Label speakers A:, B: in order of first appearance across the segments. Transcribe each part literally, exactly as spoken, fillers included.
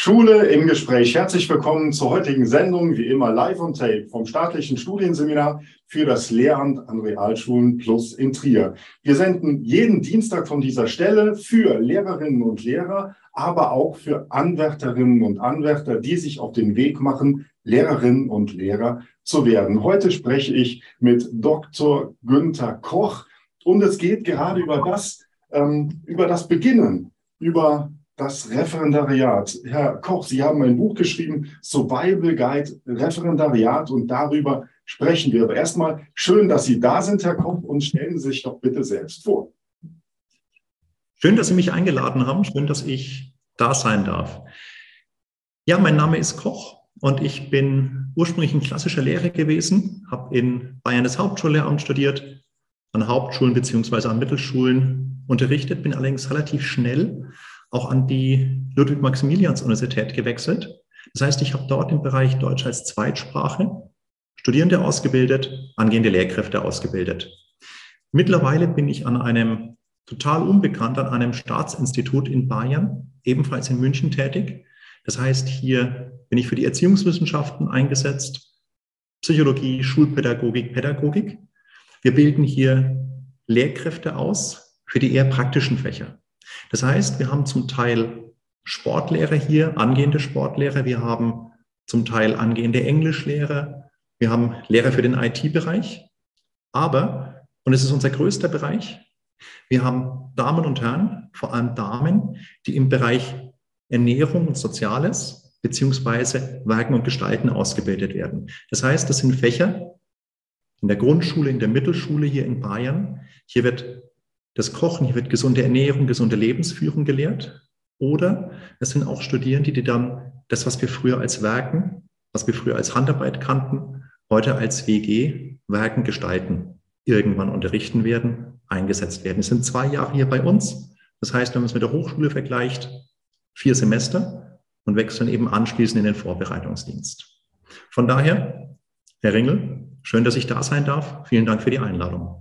A: Schule im Gespräch. Herzlich willkommen zur heutigen Sendung, wie immer live on tape vom staatlichen Studienseminar für das Lehramt an Realschulen Plus in Trier. Wir senden jeden Dienstag von dieser Stelle für Lehrerinnen und Lehrer, aber auch für Anwärterinnen und Anwärter, die sich auf den Weg machen, Lehrerinnen und Lehrer zu werden. Heute spreche ich mit Doktor Günther Koch und es geht gerade über das, ähm, über das Beginnen, über das Referendariat. Herr Koch, Sie haben ein Buch geschrieben, Survival Guide Referendariat, und darüber sprechen wir. Aber erstmal schön, dass Sie da sind, Herr Koch, und stellen Sie sich doch bitte selbst vor.
B: Schön, dass Sie mich eingeladen haben. Schön, dass ich da sein darf. Ja, mein Name ist Koch und ich bin ursprünglich ein klassischer Lehrer gewesen, habe in Bayern das Hauptschullehramt studiert, an Hauptschulen bzw. an Mittelschulen unterrichtet, bin allerdings relativ schnell auch an die Ludwig-Maximilians-Universität gewechselt. Das heißt, ich habe dort im Bereich Deutsch als Zweitsprache Studierende ausgebildet, angehende Lehrkräfte ausgebildet. Mittlerweile bin ich an einem, total unbekannt, an einem Staatsinstitut in Bayern, ebenfalls in München tätig. Das heißt, hier bin ich für die Erziehungswissenschaften eingesetzt, Psychologie, Schulpädagogik, Pädagogik. Wir bilden hier Lehrkräfte aus für die eher praktischen Fächer. Das heißt, wir haben zum Teil Sportlehrer hier, angehende Sportlehrer, wir haben zum Teil angehende Englischlehrer, wir haben Lehrer für den I T-Bereich, aber, und es ist unser größter Bereich, wir haben Damen und Herren, vor allem Damen, die im Bereich Ernährung und Soziales beziehungsweise Werken und Gestalten ausgebildet werden. Das heißt, das sind Fächer in der Grundschule, in der Mittelschule hier in Bayern. Hier wird das Kochen, hier wird gesunde Ernährung, gesunde Lebensführung gelehrt. Oder es sind auch Studierende, die dann das, was wir früher als Werken, was wir früher als Handarbeit kannten, heute als W G, Werken, Gestalten, irgendwann unterrichten werden, eingesetzt werden. Es sind zwei Jahre hier bei uns. Das heißt, wenn man es mit der Hochschule vergleicht, vier Semester und wechseln eben anschließend in den Vorbereitungsdienst. Von daher, Herr Ringel, schön, dass ich da sein darf. Vielen Dank für die Einladung.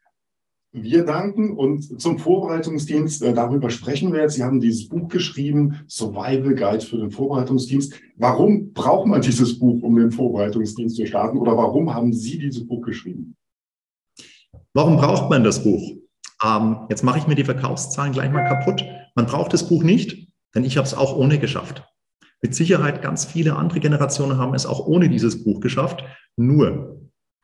A: Wir danken, und zum Vorbereitungsdienst, äh, darüber sprechen wir jetzt. Sie haben dieses Buch geschrieben, Survival Guide für den Vorbereitungsdienst. Warum braucht man dieses Buch, um den Vorbereitungsdienst zu starten, oder warum haben Sie dieses Buch geschrieben?
B: Warum braucht man das Buch? Ähm, jetzt mache ich mir die Verkaufszahlen gleich mal kaputt. Man braucht das Buch nicht, denn ich habe es auch ohne geschafft. Mit Sicherheit ganz viele andere Generationen haben es auch ohne dieses Buch geschafft. Nur,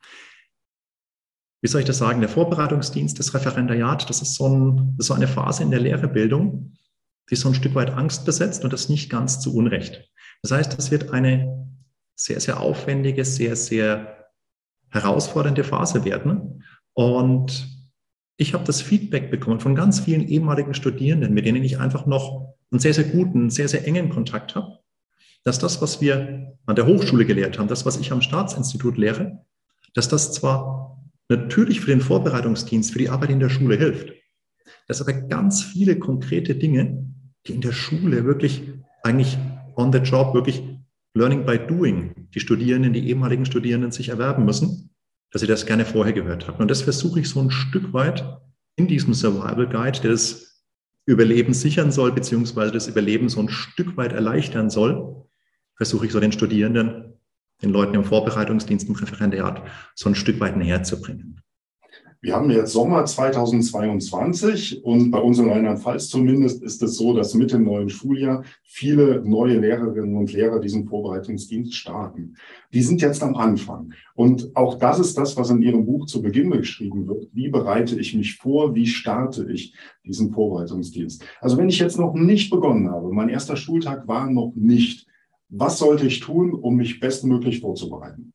B: wie soll ich das sagen, der Vorbereitungsdienst, das Referendariat, das ist so, ein, das ist so eine Phase in der Lehrerbildung, die so ein Stück weit Angst besetzt, und das nicht ganz zu Unrecht. Das heißt, das wird eine sehr, sehr aufwendige, sehr, sehr herausfordernde Phase werden. Und ich habe das Feedback bekommen von ganz vielen ehemaligen Studierenden, mit denen ich einfach noch einen sehr, sehr guten, sehr, sehr engen Kontakt habe, dass das, was wir an der Hochschule gelehrt haben, das, was ich am Staatsinstitut lehre, dass das zwar natürlich für den Vorbereitungsdienst, für die Arbeit in der Schule hilft, dass aber ganz viele konkrete Dinge, die in der Schule wirklich eigentlich on the job, wirklich learning by doing, die Studierenden, die ehemaligen Studierenden sich erwerben müssen, dass sie das gerne vorher gehört haben. Und das versuche ich so ein Stück weit in diesem Survival Guide, der das Überleben sichern soll, beziehungsweise das Überleben so ein Stück weit erleichtern soll, versuche ich so den Studierenden, den Leuten im Vorbereitungsdienst, im Referendariat so ein Stück weit näher zu bringen.
A: Wir haben jetzt Sommer zweitausendzweiundzwanzig und bei uns in Rheinland-Pfalz zumindest ist es so, dass mit dem neuen Schuljahr viele neue Lehrerinnen und Lehrer diesen Vorbereitungsdienst starten. Die sind jetzt am Anfang. Und auch das ist das, was in Ihrem Buch zu Beginn geschrieben wird. Wie bereite ich mich vor? Wie starte ich diesen Vorbereitungsdienst? Also wenn ich jetzt noch nicht begonnen habe, mein erster Schultag war noch nicht, was sollte ich tun, um mich bestmöglich vorzubereiten?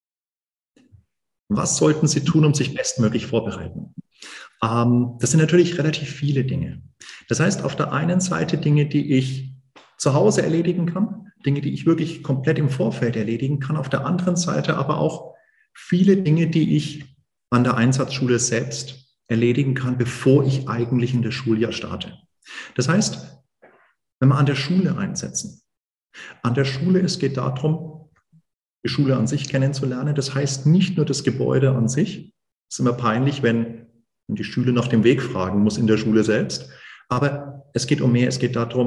B: Was sollten Sie tun, um sich bestmöglich vorzubereiten? Ähm, das sind natürlich relativ viele Dinge. Das heißt, auf der einen Seite Dinge, die ich zu Hause erledigen kann, Dinge, die ich wirklich komplett im Vorfeld erledigen kann. Auf der anderen Seite aber auch viele Dinge, die ich an der Einsatzschule selbst erledigen kann, bevor ich eigentlich in das Schuljahr starte. Das heißt, wenn wir an der Schule einsetzen, An der Schule, es geht darum, die Schule an sich kennenzulernen. Das heißt nicht nur das Gebäude an sich. Es ist immer peinlich, wenn die Schüler nach dem Weg fragen muss in der Schule selbst. Aber es geht um mehr. Es geht darum,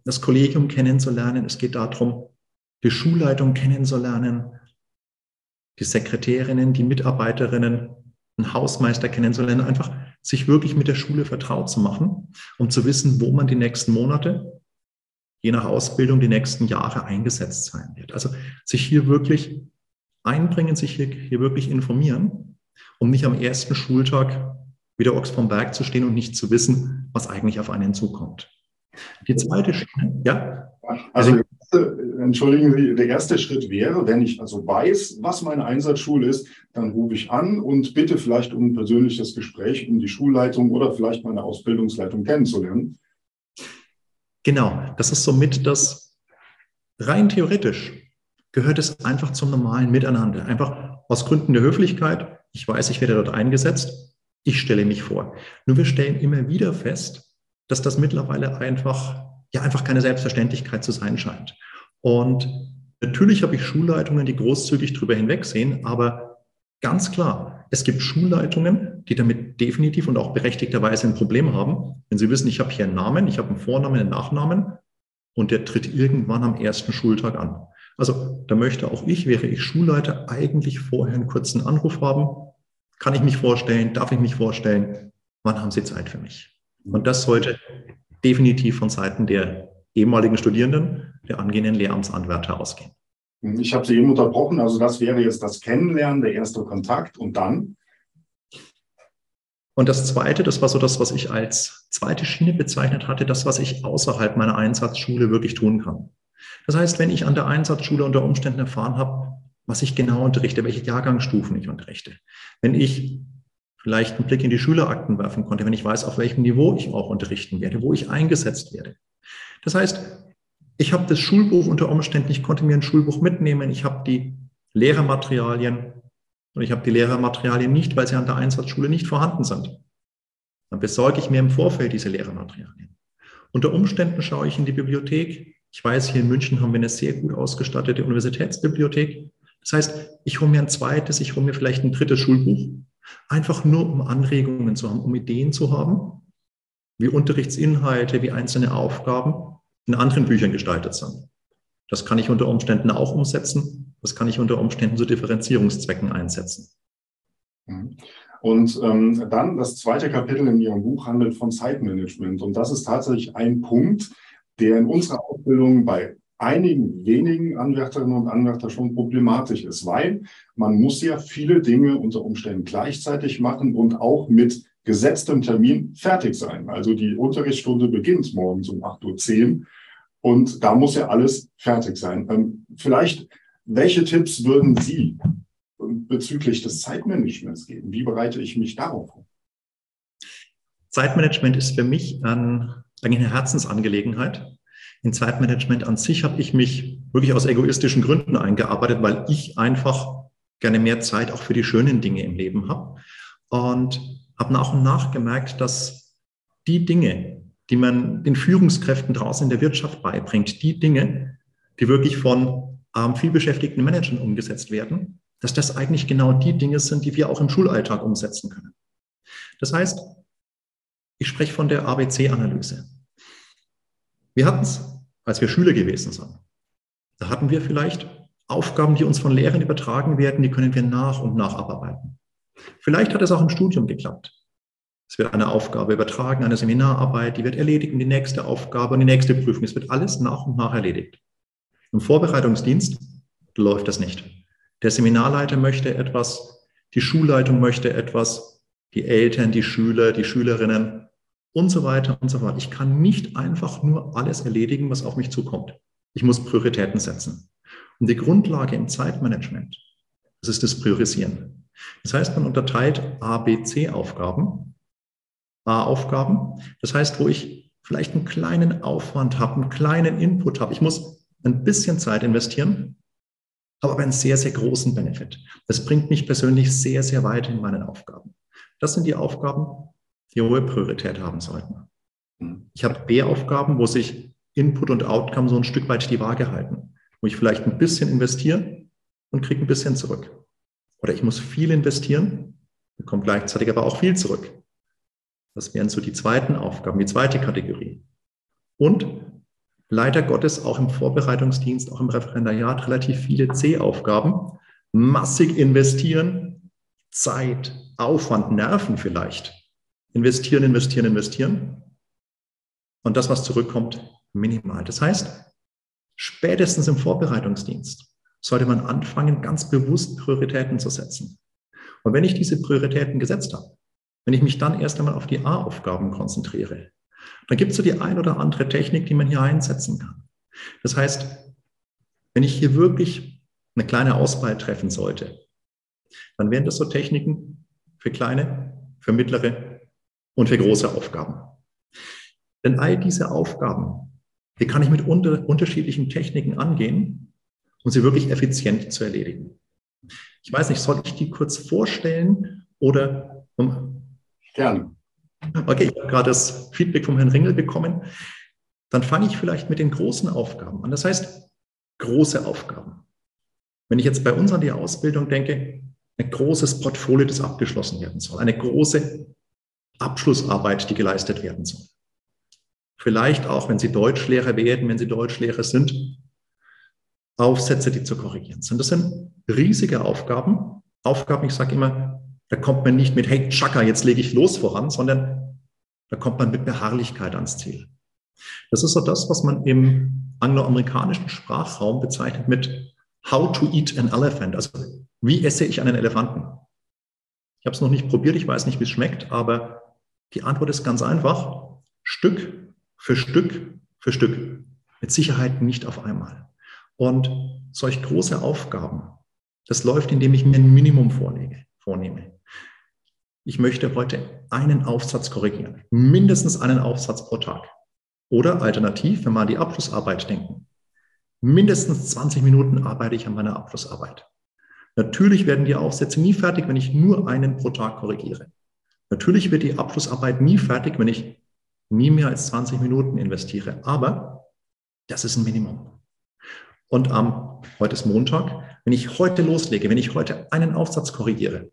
B: das Kollegium kennenzulernen. Es geht darum, die Schulleitung kennenzulernen, die Sekretärinnen, die Mitarbeiterinnen, einen Hausmeister kennenzulernen, einfach sich wirklich mit der Schule vertraut zu machen, um zu wissen, wo man die nächsten Monate, je nach Ausbildung, die nächsten Jahre eingesetzt sein wird. Also sich hier wirklich einbringen, sich hier, hier wirklich informieren, um nicht am ersten Schultag wie der Ochs vom Berg zu stehen und nicht zu wissen, was eigentlich auf einen zukommt. Die zweite Schiene, ja?
A: Also, der erste, entschuldigen Sie, der erste Schritt wäre, wenn ich also weiß, was meine Einsatzschule ist, dann rufe ich an und bitte vielleicht um ein persönliches Gespräch, um die Schulleitung oder vielleicht meine Ausbildungsleitung kennenzulernen.
B: Genau, das ist somit das, rein theoretisch gehört es einfach zum normalen Miteinander. Einfach aus Gründen der Höflichkeit. Ich weiß, ich werde dort eingesetzt. Ich stelle mich vor. Nur wir stellen immer wieder fest, dass das mittlerweile einfach, ja, einfach keine Selbstverständlichkeit zu sein scheint. Und natürlich habe ich Schulleitungen, die großzügig drüber hinwegsehen, aber ganz klar, es gibt Schulleitungen, die damit definitiv und auch berechtigterweise ein Problem haben, wenn sie wissen, ich habe hier einen Namen, ich habe einen Vornamen, einen Nachnamen und der tritt irgendwann am ersten Schultag an. Also da möchte auch ich, wäre ich Schulleiter, eigentlich vorher einen kurzen Anruf haben. Kann ich mich vorstellen? Darf ich mich vorstellen? Wann haben Sie Zeit für mich? Und das sollte definitiv von Seiten der ehemaligen Studierenden, der angehenden Lehramtsanwärter ausgehen.
A: Ich habe Sie eben unterbrochen. Also das wäre jetzt das Kennenlernen, der erste Kontakt und dann?
B: Und das Zweite, das war so das, was ich als zweite Schiene bezeichnet hatte, das, was ich außerhalb meiner Einsatzschule wirklich tun kann. Das heißt, wenn ich an der Einsatzschule unter Umständen erfahren habe, was ich genau unterrichte, welche Jahrgangsstufen ich unterrichte, wenn ich vielleicht einen Blick in die Schülerakten werfen konnte, wenn ich weiß, auf welchem Niveau ich auch unterrichten werde, wo ich eingesetzt werde. Das heißt, ich habe das Schulbuch unter Umständen, ich konnte mir ein Schulbuch mitnehmen, ich habe die Lehrermaterialien und ich habe die Lehrermaterialien nicht, weil sie an der Einsatzschule nicht vorhanden sind. Dann besorge ich mir im Vorfeld diese Lehrermaterialien. Unter Umständen schaue ich in die Bibliothek. Ich weiß, hier in München haben wir eine sehr gut ausgestattete Universitätsbibliothek. Das heißt, ich hole mir ein zweites, ich hole mir vielleicht ein drittes Schulbuch, einfach nur um Anregungen zu haben, um Ideen zu haben, wie Unterrichtsinhalte, wie einzelne Aufgaben in anderen Büchern gestaltet sind. Das kann ich unter Umständen auch umsetzen. Das kann ich unter Umständen zu Differenzierungszwecken einsetzen.
A: Und ähm, dann das zweite Kapitel in Ihrem Buch handelt von Zeitmanagement. Und das ist tatsächlich ein Punkt, der in unserer Ausbildung bei einigen wenigen Anwärterinnen und Anwärtern schon problematisch ist, weil man muss ja viele Dinge unter Umständen gleichzeitig machen und auch mit gesetztem Termin fertig sein. Also die Unterrichtsstunde beginnt morgens um acht Uhr zehn und da muss ja alles fertig sein. Ähm, vielleicht, welche Tipps würden Sie bezüglich des Zeitmanagements geben? Wie bereite ich mich darauf vor?
B: Zeitmanagement ist für mich ein, eine Herzensangelegenheit. In Zeitmanagement an sich habe ich mich wirklich aus egoistischen Gründen eingearbeitet, weil ich einfach gerne mehr Zeit auch für die schönen Dinge im Leben habe. Und habe nach und nach gemerkt, dass die Dinge, die man den Führungskräften draußen in der Wirtschaft beibringt, die Dinge, die wirklich von ähm, vielbeschäftigten Managern umgesetzt werden, dass das eigentlich genau die Dinge sind, die wir auch im Schulalltag umsetzen können. Das heißt, ich spreche von der A B C-Analyse. Wir hatten es, als wir Schüler gewesen sind. Da hatten wir vielleicht Aufgaben, die uns von Lehrern übertragen werden, die können wir nach und nach abarbeiten. Vielleicht hat es auch im Studium geklappt. Es wird eine Aufgabe übertragen, eine Seminararbeit, die wird erledigt und die nächste Aufgabe und die nächste Prüfung. Es wird alles nach und nach erledigt. Im Vorbereitungsdienst läuft das nicht. Der Seminarleiter möchte etwas, die Schulleitung möchte etwas, die Eltern, die Schüler, die Schülerinnen und so weiter und so fort. Ich kann nicht einfach nur alles erledigen, was auf mich zukommt. Ich muss Prioritäten setzen. Und die Grundlage im Zeitmanagement, das ist das Priorisieren. Das heißt, man unterteilt A, B, C-Aufgaben. A-Aufgaben, das heißt, wo ich vielleicht einen kleinen Aufwand habe, einen kleinen Input habe. Ich muss ein bisschen Zeit investieren, habe aber einen sehr, sehr großen Benefit. Das bringt mich persönlich sehr, sehr weit in meinen Aufgaben. Das sind die Aufgaben, die hohe Priorität haben sollten. Ich habe B-Aufgaben, wo sich Input und Outcome so ein Stück weit die Waage halten, wo ich vielleicht ein bisschen investiere und kriege ein bisschen zurück. Oder ich muss viel investieren, bekomme gleichzeitig aber auch viel zurück. Das wären so die zweiten Aufgaben, die zweite Kategorie. Und leider Gottes auch im Vorbereitungsdienst, auch im Referendariat relativ viele C-Aufgaben, massig investieren, Zeit, Aufwand, Nerven vielleicht. Investieren, investieren, investieren. Und das, was zurückkommt, minimal. Das heißt, spätestens im Vorbereitungsdienst sollte man anfangen, ganz bewusst Prioritäten zu setzen. Und wenn ich diese Prioritäten gesetzt habe, wenn ich mich dann erst einmal auf die A-Aufgaben konzentriere, dann gibt es so die ein oder andere Technik, die man hier einsetzen kann. Das heißt, wenn ich hier wirklich eine kleine Auswahl treffen sollte, dann wären das so Techniken für kleine, für mittlere und für große Aufgaben. Denn all diese Aufgaben, die kann ich mit unter, unterschiedlichen Techniken angehen, um sie wirklich effizient zu erledigen. Ich weiß nicht, soll ich die kurz vorstellen oder... Um
A: Gerne.
B: Okay, ich habe gerade das Feedback vom Herrn Ringel bekommen. Dann fange ich vielleicht mit den großen Aufgaben an. Das heißt, große Aufgaben. Wenn ich jetzt bei uns an die Ausbildung denke, ein großes Portfolio, das abgeschlossen werden soll, eine große Abschlussarbeit, die geleistet werden soll. Vielleicht auch, wenn Sie Deutschlehrer werden, wenn Sie Deutschlehrer sind, Aufsätze, die zu korrigieren sind. Das sind riesige Aufgaben. Aufgaben, ich sage immer, da kommt man nicht mit, hey, Chaka, jetzt lege ich los voran, sondern da kommt man mit Beharrlichkeit ans Ziel. Das ist so das, was man im angloamerikanischen Sprachraum bezeichnet mit How to eat an elephant. Also, wie esse ich einen Elefanten? Ich habe es noch nicht probiert, ich weiß nicht, wie es schmeckt, aber die Antwort ist ganz einfach. Stück für Stück für Stück. Mit Sicherheit nicht auf einmal. Und solch große Aufgaben, das läuft, indem ich mir ein Minimum vorlege, vornehme. Ich möchte heute einen Aufsatz korrigieren. Mindestens einen Aufsatz pro Tag. Oder alternativ, wenn wir an die Abschlussarbeit denken. Mindestens zwanzig Minuten arbeite ich an meiner Abschlussarbeit. Natürlich werden die Aufsätze nie fertig, wenn ich nur einen pro Tag korrigiere. Natürlich wird die Abschlussarbeit nie fertig, wenn ich nie mehr als zwanzig Minuten investiere. Aber das ist ein Minimum. Und am, heute ist Montag, wenn ich heute loslege, wenn ich heute einen Aufsatz korrigiere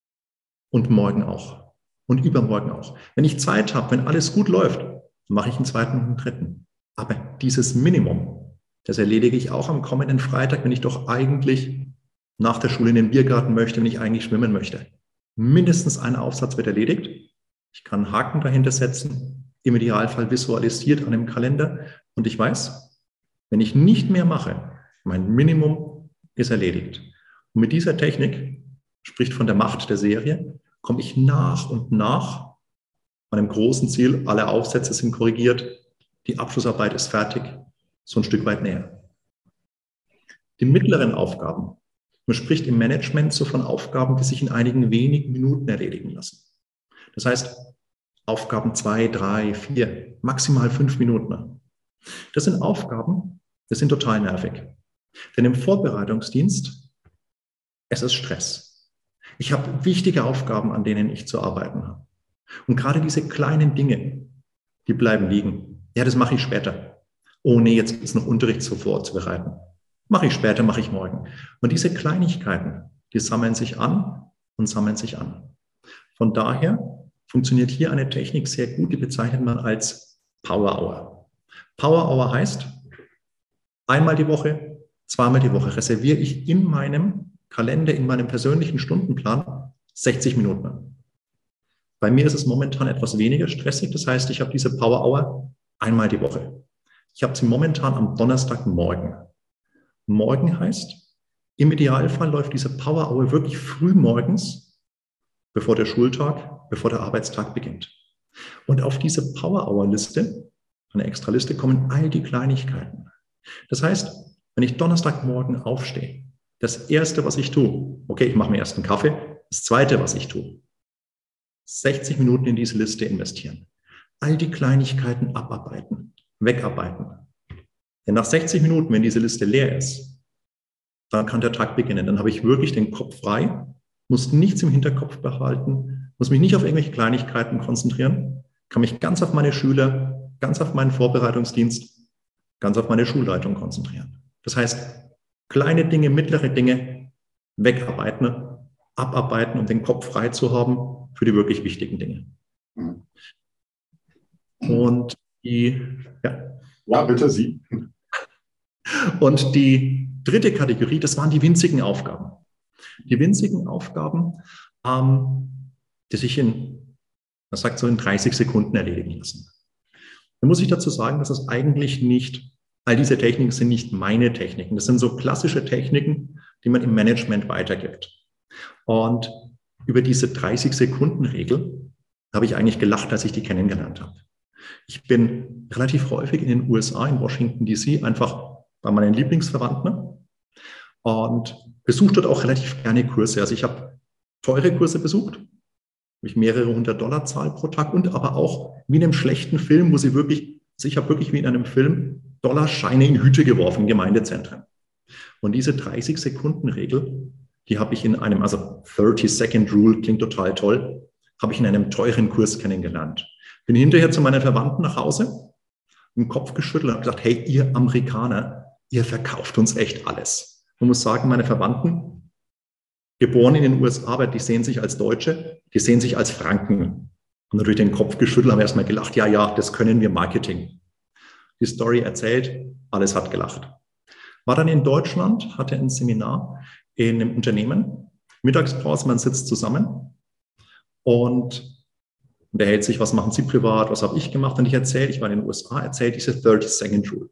B: und morgen auch und übermorgen auch, wenn ich Zeit habe, wenn alles gut läuft, dann mache ich einen zweiten und einen dritten. Aber dieses Minimum, das erledige ich auch am kommenden Freitag, wenn ich doch eigentlich nach der Schule in den Biergarten möchte, wenn ich eigentlich schwimmen möchte. Mindestens ein Aufsatz wird erledigt. Ich kann einen Haken dahinter setzen, im Idealfall visualisiert an dem Kalender. Und ich weiß, wenn ich nicht mehr mache, mein Minimum ist erledigt. Und mit dieser Technik, spricht von der Macht der Serie, komme ich nach und nach meinem großen Ziel, alle Aufsätze sind korrigiert, die Abschlussarbeit ist fertig, so ein Stück weit näher. Die mittleren Aufgaben, man spricht im Management so von Aufgaben, die sich in einigen wenigen Minuten erledigen lassen. Das heißt, Aufgaben zwei, drei, vier, maximal fünf Minuten. Das sind Aufgaben, das sind total nervig. Denn im Vorbereitungsdienst, es ist Stress. Ich habe wichtige Aufgaben, an denen ich zu arbeiten habe. Und gerade diese kleinen Dinge, die bleiben liegen. Ja, das mache ich später. Oh nee, jetzt gibt es noch Unterricht so vorzubereiten. Mache ich später, mache ich morgen. Und diese Kleinigkeiten, die sammeln sich an und sammeln sich an. Von daher funktioniert hier eine Technik sehr gut, die bezeichnet man als Power Hour. Power Hour heißt, einmal die Woche, zweimal die Woche reserviere ich in meinem Kalender, in meinem persönlichen Stundenplan sechzig Minuten. Bei mir ist es momentan etwas weniger stressig, das heißt, ich habe diese Power Hour einmal die Woche. Ich habe sie momentan am Donnerstagmorgen. Morgen heißt, im Idealfall läuft diese Power Hour wirklich früh morgens, bevor der Schultag, bevor der Arbeitstag beginnt. Und auf diese Power Hour Liste, eine extra Liste, kommen all die Kleinigkeiten. Das heißt, wenn ich Donnerstagmorgen aufstehe, das Erste, was ich tue, okay, ich mache mir erst einen Kaffee, das Zweite, was ich tue, sechzig Minuten in diese Liste investieren. All die Kleinigkeiten abarbeiten, wegarbeiten. Denn nach sechzig Minuten, wenn diese Liste leer ist, dann kann der Tag beginnen. Dann habe ich wirklich den Kopf frei, muss nichts im Hinterkopf behalten, muss mich nicht auf irgendwelche Kleinigkeiten konzentrieren, kann mich ganz auf meine Schüler, ganz auf meinen Vorbereitungsdienst, ganz auf meine Schulleitung konzentrieren. Das heißt, kleine Dinge, mittlere Dinge wegarbeiten, abarbeiten, um den Kopf frei zu haben für die wirklich wichtigen Dinge. Und Die, ja.
A: Ja, bitte Sie.
B: Und die dritte Kategorie, das waren die winzigen Aufgaben. Die winzigen Aufgaben, ähm, die sich in, man sagt so, in dreißig Sekunden erledigen lassen. Da muss ich dazu sagen, dass es eigentlich nicht, all diese Techniken sind nicht meine Techniken. Das sind so klassische Techniken, die man im Management weitergibt. Und über diese dreißig-Sekunden-Regel habe ich eigentlich gelacht, als ich die kennengelernt habe. Ich bin relativ häufig in den U S A, in Washington D C, einfach bei meinen Lieblingsverwandten und besuche dort auch relativ gerne Kurse. Also ich habe teure Kurse besucht, wo ich mehrere hundert Dollar zahle pro Tag und aber auch wie in einem schlechten Film, wo sie wirklich, also ich habe wirklich wie in einem Film Dollarscheine in Hüte geworfen, Gemeindezentren. Und diese dreißig-Sekunden-Regel, die habe ich in einem, also thirty-second-Rule, klingt total toll, habe ich in einem teuren Kurs kennengelernt. Bin hinterher zu meinen Verwandten nach Hause, den Kopf geschüttelt und habe gesagt, hey, ihr Amerikaner, ihr verkauft uns echt alles. Man muss sagen, meine Verwandten, geboren in den U S A, aber die sehen sich als Deutsche, die sehen sich als Franken. Und natürlich den Kopf geschüttelt, haben erstmal gelacht, ja, ja, das können wir Marketing. Die Story erzählt, alles hat gelacht. War dann in Deutschland, hatte ein Seminar in einem Unternehmen, Mittagspause, man sitzt zusammen und unterhält sich, was machen Sie privat, was habe ich gemacht und ich erzähle, ich war in den U S A, erzähle diese thirty-second-Rule.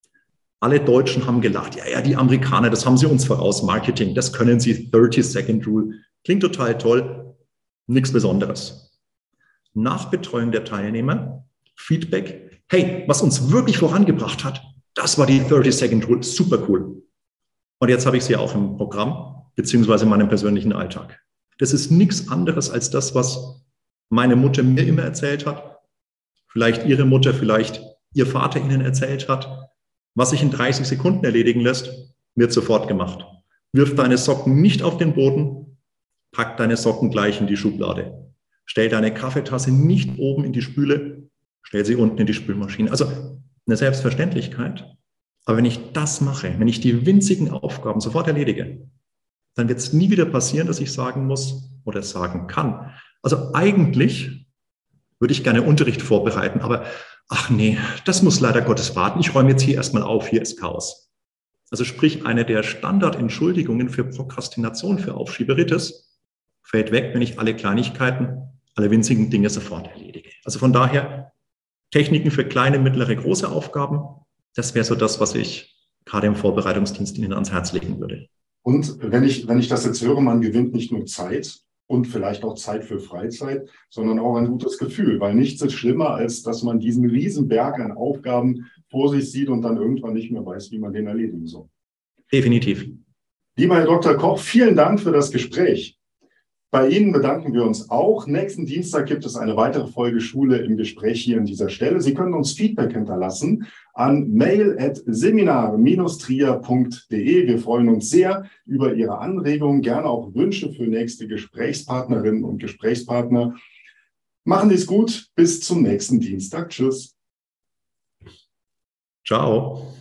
B: Alle Deutschen haben gelacht, ja, ja, die Amerikaner, das haben sie uns voraus, Marketing, das können sie, thirty-second-Rule, klingt total toll, nichts Besonderes. Nachbetreuung der Teilnehmer, Feedback, hey, was uns wirklich vorangebracht hat, das war die thirty-second-Rule, super cool. Und jetzt habe ich sie auch im Programm, beziehungsweise in meinem persönlichen Alltag. Das ist nichts anderes als das, was meine Mutter mir immer erzählt hat, vielleicht ihre Mutter, vielleicht ihr Vater ihnen erzählt hat. Was sich in dreißig Sekunden erledigen lässt, wird sofort gemacht. Wirf deine Socken nicht auf den Boden, pack deine Socken gleich in die Schublade. Stell deine Kaffeetasse nicht oben in die Spüle, stell sie unten in die Spülmaschine. Also eine Selbstverständlichkeit. Aber wenn ich das mache, wenn ich die winzigen Aufgaben sofort erledige, dann wird es nie wieder passieren, dass ich sagen muss oder sagen kann. Also eigentlich würde ich gerne Unterricht vorbereiten, aber ach nee, das muss leider Gottes warten. Ich räume jetzt hier erstmal auf, hier ist Chaos. Also sprich, eine der Standardentschuldigungen für Prokrastination, für Aufschieberitis, fällt weg, wenn ich alle Kleinigkeiten, alle winzigen Dinge sofort erledige. Also von daher Techniken für kleine, mittlere, große Aufgaben, das wäre so das, was ich gerade im Vorbereitungsdienst Ihnen ans Herz legen würde.
A: Und wenn ich, wenn ich das jetzt höre, man gewinnt nicht nur Zeit und vielleicht auch Zeit für Freizeit, sondern auch ein gutes Gefühl, weil nichts ist schlimmer, als dass man diesen Riesenberg an Aufgaben vor sich sieht und dann irgendwann nicht mehr weiß, wie man den erledigen soll.
B: Definitiv.
A: Lieber Herr Doktor Koch, vielen Dank für das Gespräch. Bei Ihnen bedanken wir uns auch. Nächsten Dienstag gibt es eine weitere Folge Schule im Gespräch hier an dieser Stelle. Sie können uns Feedback hinterlassen an mail at seminar Bindestrich trier punkt de. Wir freuen uns sehr über Ihre Anregungen, gerne auch Wünsche für nächste Gesprächspartnerinnen und Gesprächspartner. Machen Sie es gut. Bis zum nächsten Dienstag. Tschüss.
B: Ciao.